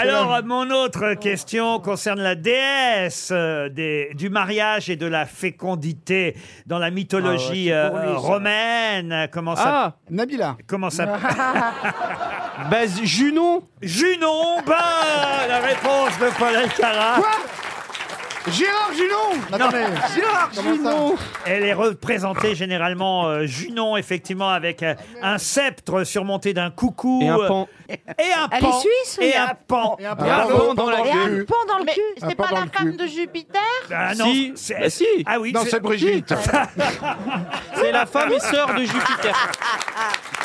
Alors, mon autre question concerne la déesse du mariage et de la fécondité dans la mythologie romaine. Comment ça Nabila. Comment ça Junon. Junon, la réponse de Paul Alcarat. Quoi Gérard Junon. Attendez. Gérard Junon. Elle est représentée généralement Junon, effectivement, avec un sceptre surmonté d'un coucou. Et un pan. Et un Elle pan. est suisse Et un pan. Et un Bravo dans la Et un gueule. pont dans le Mais cul. c'est pas la femme de Jupiter? Ah non, Si. Bah si. Ah oui, Non, c'est Brigitte. C'est la femme et sœur de Jupiter.